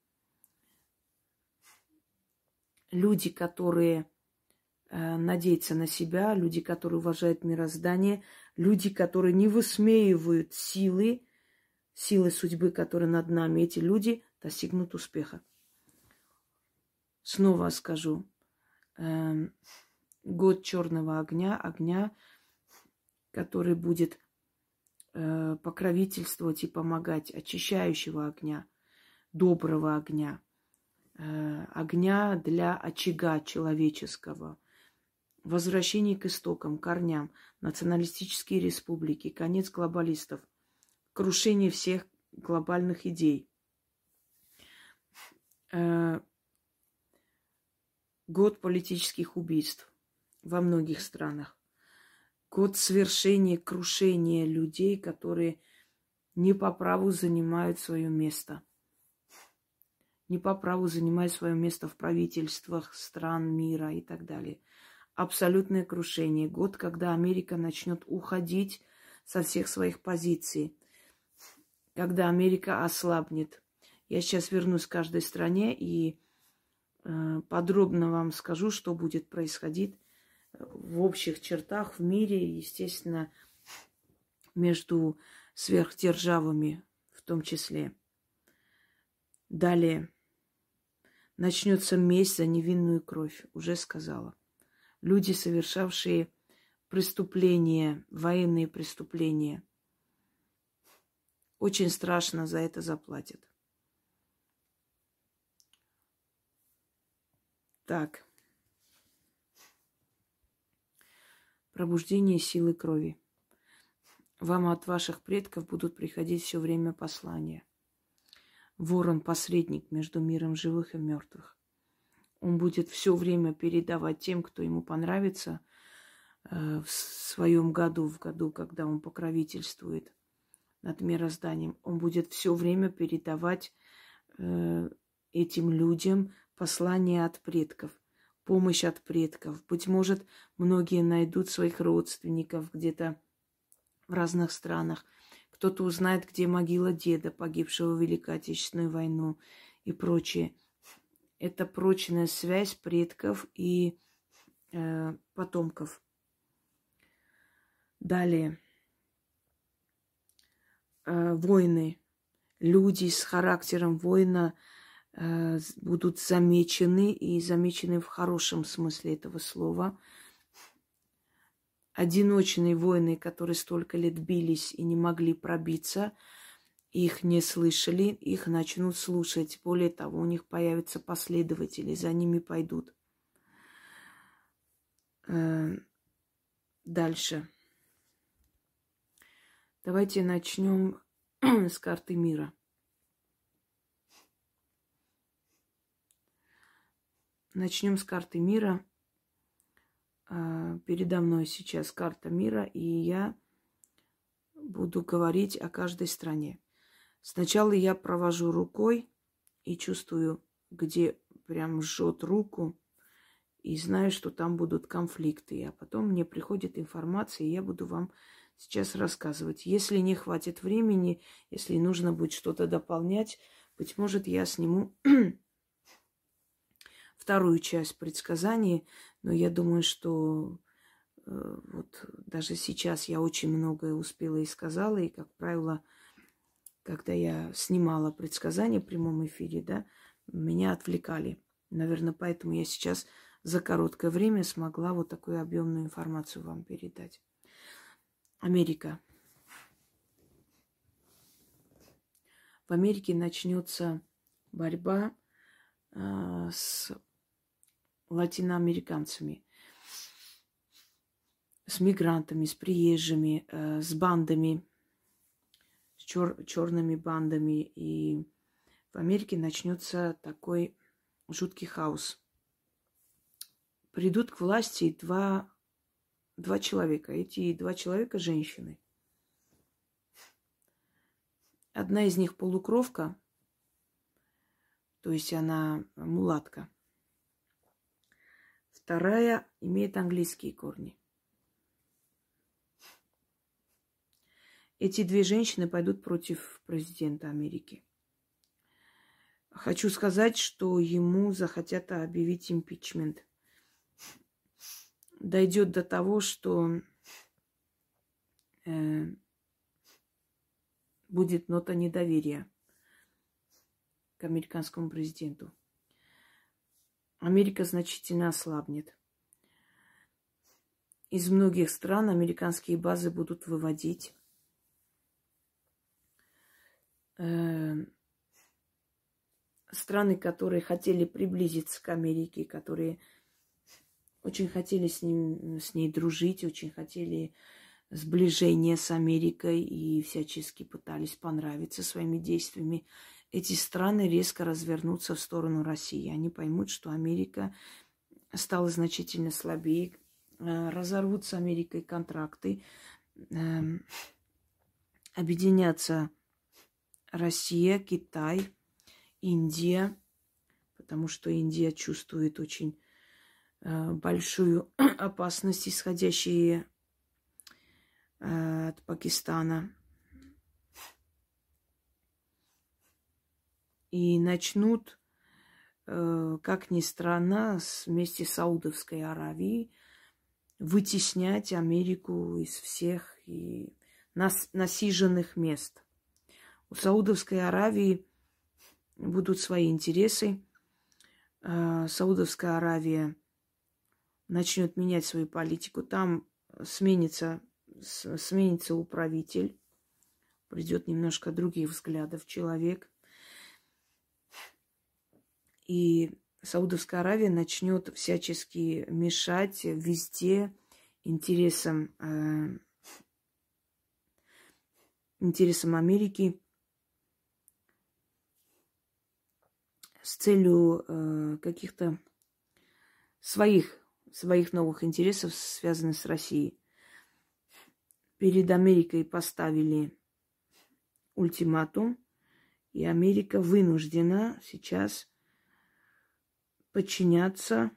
Люди, которые э, надеются на себя, люди, которые уважают мироздание, люди, которые не высмеивают силы, силы судьбы, которые над нами, эти люди достигнут успеха. Снова скажу, э, год черного огня, огня, который будет э, покровительствовать и помогать, очищающего огня, доброго огня, огня для очага человеческого, возвращение к истокам, корням, националистические республики, конец глобалистов, крушение всех глобальных идей. Э, год политических убийств во многих странах. Год свершения, крушения людей, которые не по праву занимают свое место. Не по праву занимают свое место в правительствах стран мира и так далее. Абсолютное крушение. Год, когда Америка начнет уходить со всех своих позиций. Когда Америка ослабнет. Я сейчас вернусь к каждой стране и э, подробно вам скажу, что будет происходить в общих чертах в мире, естественно, между сверхдержавами в том числе. Далее. Начнется месть за невинную кровь, уже сказала. Люди, совершавшие преступления, военные преступления, очень страшно за это заплатят. Так. Пробуждение силы крови. Вам от ваших предков будут приходить все время послания. Ворон – посредник между миром живых и мертвых. Он будет все время передавать тем, кто ему понравится, э, в своем году, в году, когда он покровительствует над мирозданием. Он будет все время передавать э, этим людям послания от предков, помощь от предков. Быть может, многие найдут своих родственников где-то в разных странах. Кто-то узнает, где могила деда, погибшего в Великой Отечественную войну и прочее. Это прочная связь предков и э, потомков. Далее. Э, войны. Люди с характером воина э, будут замечены, и замечены в хорошем смысле этого слова. Одиночные воины, которые столько лет бились и не могли пробиться, их не слышали, их начнут слушать. Более того, у них появятся последователи, за ними пойдут. Дальше. Давайте начнем с карты мира. Начнем с карты мира. Передо мной сейчас карта мира, и я буду говорить о каждой стране. Сначала я провожу рукой и чувствую, где прям жжет руку, и знаю, что там будут конфликты. А потом мне приходит информация, и я буду вам сейчас рассказывать. Если не хватит времени, если нужно будет что-то дополнять, быть может, я сниму вторую часть предсказаний, но я думаю, что э, вот даже сейчас я очень многое успела и сказала, и, как правило, когда я снимала предсказания в прямом эфире, да, меня отвлекали. Наверное, поэтому я сейчас за короткое время смогла вот такую объемную информацию вам передать. Америка. В Америке начнется борьба э, с латиноамериканцами, с мигрантами, с приезжими, э, с бандами, с чер- черными бандами. И в Америке начнется такой жуткий хаос. Придут к власти два, два человека. Эти два человека – женщины. Одна из них полукровка, то есть она мулатка. Вторая имеет английские корни. Эти две женщины пойдут против президента Америки. Хочу сказать, что ему захотят объявить импичмент. Дойдет до того, что э, будет нота недоверия к американскому президенту. Америка значительно ослабнет. Из многих стран американские базы будут выводить. Э, страны, которые хотели приблизиться к Америке, которые очень хотели с ним, с ней дружить, очень хотели сближения с Америкой и всячески пытались понравиться своими действиями. Эти страны резко развернутся в сторону России. Они поймут, что Америка стала значительно слабее, разорвут с Америкой контракты, объединятся Россия, Китай, Индия, потому что Индия чувствует очень большую опасность, исходящую от Пакистана. И начнут, как ни странно, вместе с Саудовской Аравией вытеснять Америку из всех и нас, насиженных мест. У Саудовской Аравии будут свои интересы. Саудовская Аравия начнет менять свою политику. Там сменится, сменится управитель. Придет немножко других взглядов человек. И Саудовская Аравия начнет всячески мешать везде интересам, э, интересам Америки с целью э, каких-то своих, своих новых интересов, связанных с Россией. Перед Америкой поставили ультиматум, и Америка вынуждена сейчас подчиняться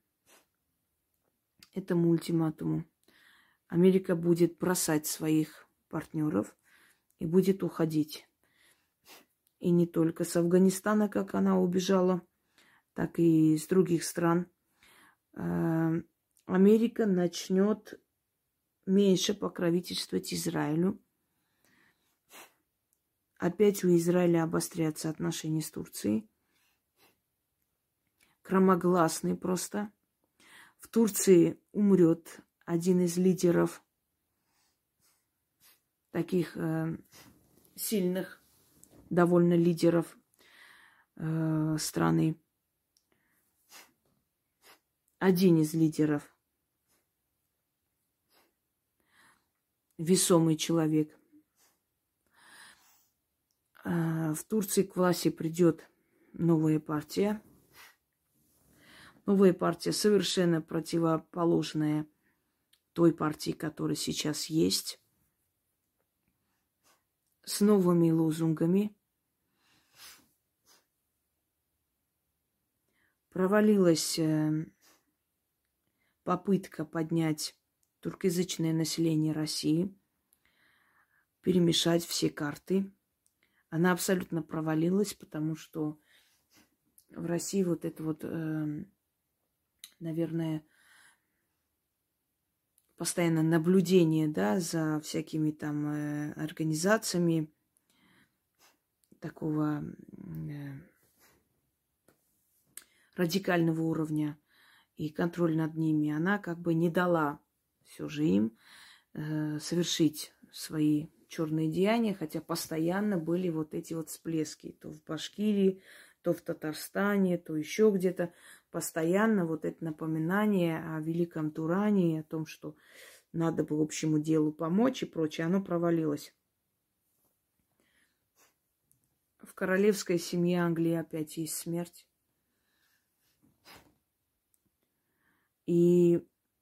этому ультиматуму. Америка будет бросать своих партнеров и будет уходить. И не только с Афганистана, как она убежала, так и из других стран. Америка начнет меньше покровительствовать Израилю. Опять у Израиля обострятся отношения с Турцией. Громогласный просто. В Турции умрет один из лидеров таких э, сильных, довольно лидеров э, страны. Один из лидеров. Весомый человек. Э, в Турции к власти придет новая партия. Новая партия совершенно противоположная той партии, которая сейчас есть. С новыми лозунгами. Провалилась попытка поднять туркоязычное население России, перемешать все карты. Она абсолютно провалилась, потому что в России вот это вот, наверное, постоянное наблюдение, да, за всякими там организациями такого радикального уровня и контроль над ними, она как бы не дала все же им э, совершить свои черные деяния, хотя постоянно были вот эти вот всплески. То в Башкирии, то в Татарстане, то еще где-то. Постоянно вот это напоминание о великом Туране, о том, что надо было общему делу помочь и прочее, оно провалилось. В королевской семье Англии опять есть смерть. И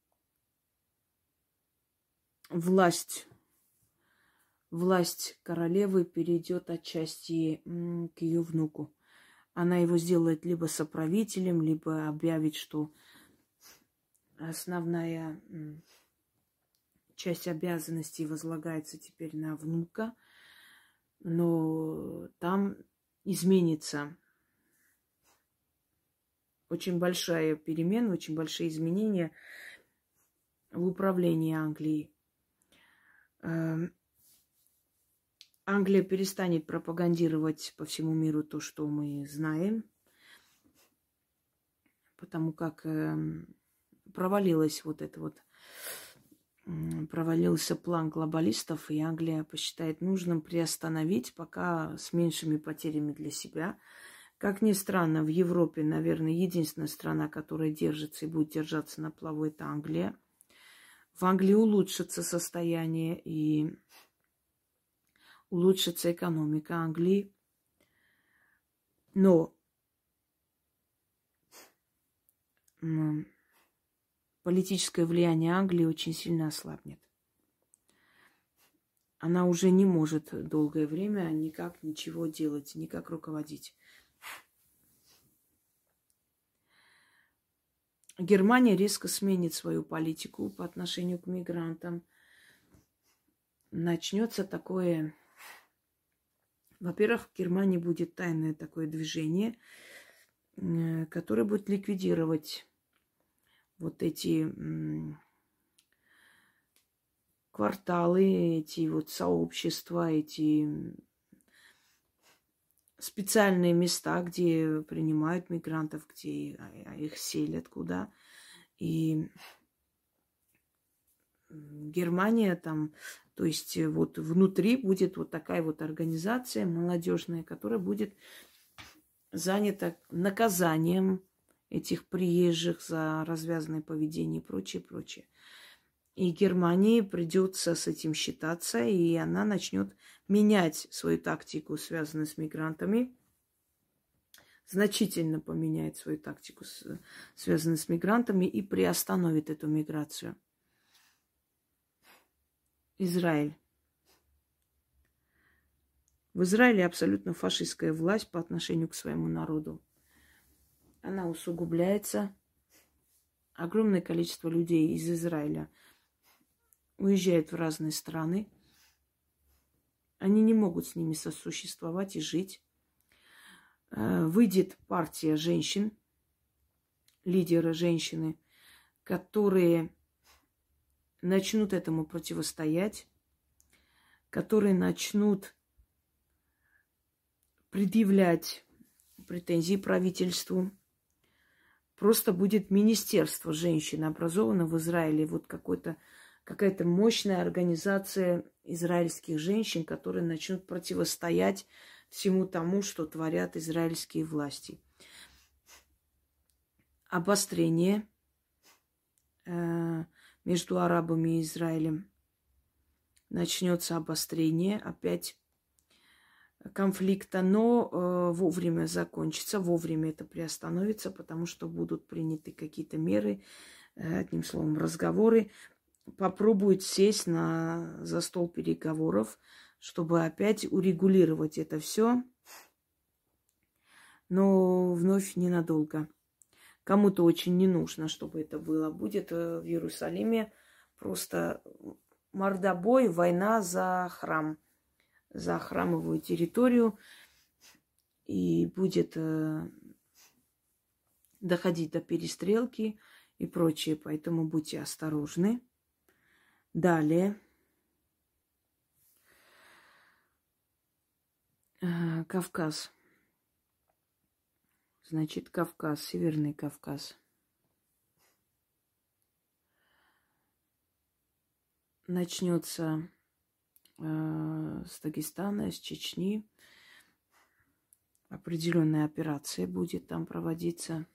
власть, власть королевы перейдет отчасти к ее внуку. Она его сделает либо соправителем, либо объявит, что основная часть обязанностей возлагается теперь на внука. Но там изменится очень большая перемена, очень большие изменения в управлении Англией. Англия перестанет пропагандировать по всему миру то, что мы знаем, потому как провалилась вот это вот, провалился план глобалистов, и Англия посчитает нужным приостановить, пока с меньшими потерями для себя, Как ни странно, в Европе, наверное, единственная страна, которая держится и будет держаться на плаву, это Англия. В Англии улучшится состояние и улучшится экономика Англии. Но политическое влияние Англии очень сильно ослабнет. Она уже не может долгое время никак ничего делать, никак руководить. Германия резко сменит свою политику по отношению к мигрантам. Начнется такое... Во-первых, в Германии будет тайное такое движение, которое будет ликвидировать вот эти кварталы, эти вот сообщества, эти специальные места, где принимают мигрантов, где их селят, куда. И Германия там, то есть вот внутри будет вот такая вот организация молодежная, которая будет занята наказанием этих приезжих за развязанное поведение и прочее, прочее. И Германии придется с этим считаться, и она начнет менять свою тактику, связанную с мигрантами, значительно поменяет свою тактику, связанную с мигрантами, и приостановит эту миграцию. Израиль. В Израиле абсолютно фашистская власть по отношению к своему народу. Она усугубляется. Огромное количество людей из Израиля уезжает в разные страны. Они не могут с ними сосуществовать и жить. Выйдет партия женщин, лидеры женщины, которые начнут этому противостоять, которые начнут предъявлять претензии правительству. Просто будет министерство женщин образовано в Израиле, вот какой-то, какая-то мощная организация израильских женщин, которые начнут противостоять всему тому, что творят израильские власти. Обострение э, между арабами и Израилем. Начнется обострение опять конфликта, но э, вовремя закончится, вовремя это приостановится, потому что будут приняты какие-то меры, э, одним словом, разговоры. Попробуют сесть на, за стол переговоров, чтобы опять урегулировать это все, но вновь ненадолго. Кому-то очень не нужно, чтобы это было. Будет в Иерусалиме просто мордобой, война за храм, за храмовую территорию. И будет доходить до перестрелки и прочее. Поэтому будьте осторожны. Далее. Кавказ. Значит, Кавказ, Северный Кавказ. Начнется э, с Дагестана, с Чечни. Определенная операция будет там проводиться.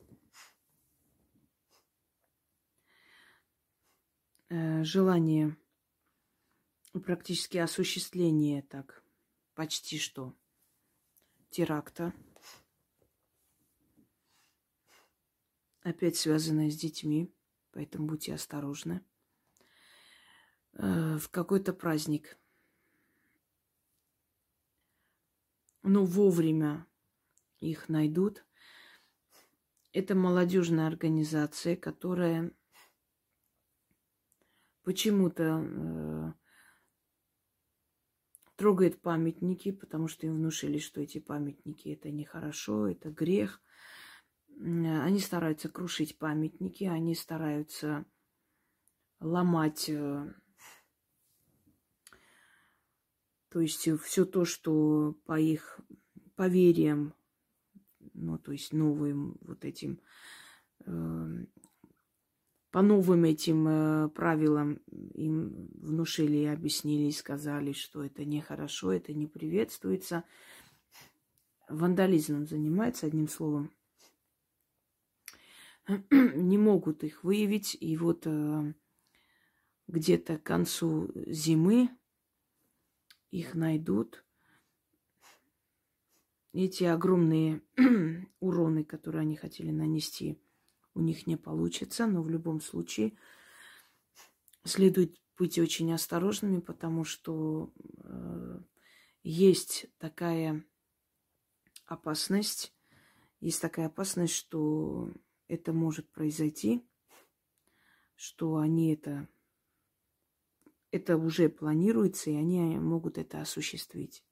Э, желание, практически осуществление, так, почти что, теракта. Опять связанное с детьми, поэтому будьте осторожны. Э, в какой-то праздник. Но вовремя их найдут. Это молодежная организация, которая почему-то э, трогает памятники, потому что им внушили, что эти памятники это нехорошо, это грех. Они стараются крушить памятники, они стараются ломать, то есть все то, что по их поверьям, ну, то есть новым вот этим, по новым этим правилам им внушили, объяснили и сказали, что это нехорошо, это не приветствуется. вандализмом занимается, одним словом. Не могут их выявить. И вот э, где-то к концу зимы их найдут. Эти огромные уроны, которые они хотели нанести, у них не получится. Но в любом случае следует быть очень осторожными, потому что э, есть такая опасность, есть такая опасность, что это может произойти, что они это, это уже планируется, и они могут это осуществить.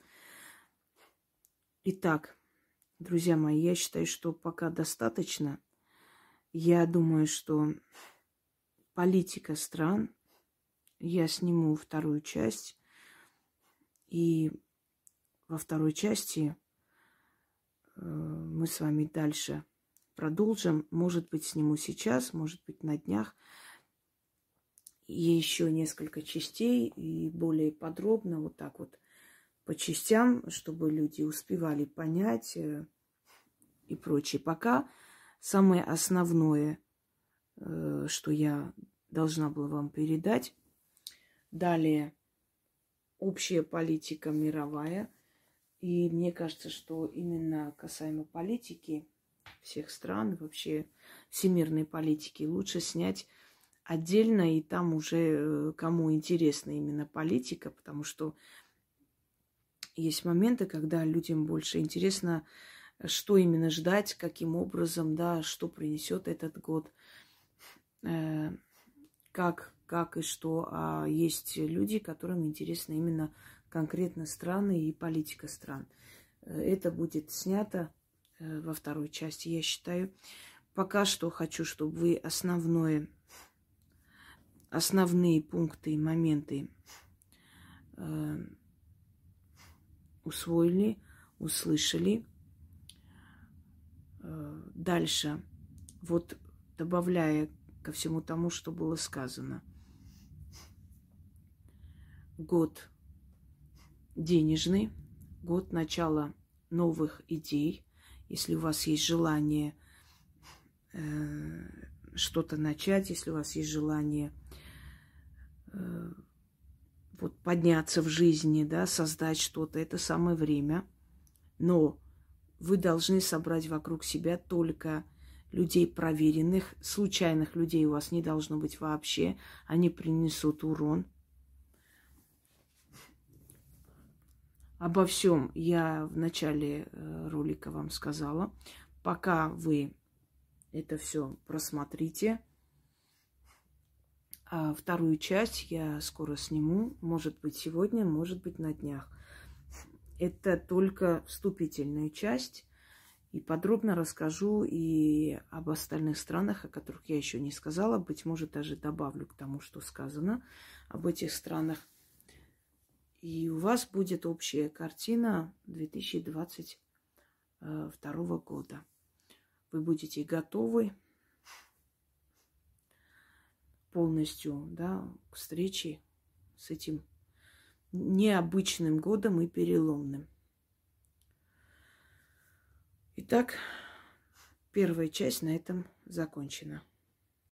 Итак, друзья мои, я считаю, что пока достаточно. Я думаю, что политика стран, я сниму вторую часть, и во второй части э, мы с вами дальше продолжим. Может быть, сниму сейчас, может быть, на днях. И еще несколько частей, и более подробно, вот так вот, по частям, чтобы люди успевали понять э, и прочее. Пока самое основное, э, что я должна была вам передать. Далее общая политика мировая. И мне кажется, что именно касаемо политики всех стран, вообще всемирной политики, лучше снять отдельно, и там уже кому интересна именно политика, потому что есть моменты, когда людям больше интересно, что именно ждать, каким образом, да, что принесет этот год, э, как, как и что. А есть люди, которым интересно именно конкретно страны и политика стран. Это будет снято э, во второй части, я считаю. Пока что хочу, чтобы вы основное, основные пункты и моменты э, усвоили, услышали. Дальше, вот добавляя ко всему тому, что было сказано. Год денежный, год начала новых идей. Если у вас есть желание э, что-то начать, если у вас есть желание э, вот, подняться в жизни, да, создать что-то, это самое время. Но вы должны собрать вокруг себя только людей проверенных. Случайных людей у вас не должно быть вообще. Они принесут урон. Обо всем я в начале ролика вам сказала. Пока вы это все просмотрите. А вторую часть я скоро сниму. Может быть, сегодня, может быть, на днях. Это только вступительная часть. И подробно расскажу и об остальных странах, о которых я еще не сказала. Быть может, даже добавлю к тому, что сказано об этих странах. И у вас будет общая картина две тысячи двадцать второго года. Вы будете готовы полностью, да, к встрече с этим необычным годом и переломным. Итак, первая часть на этом закончена.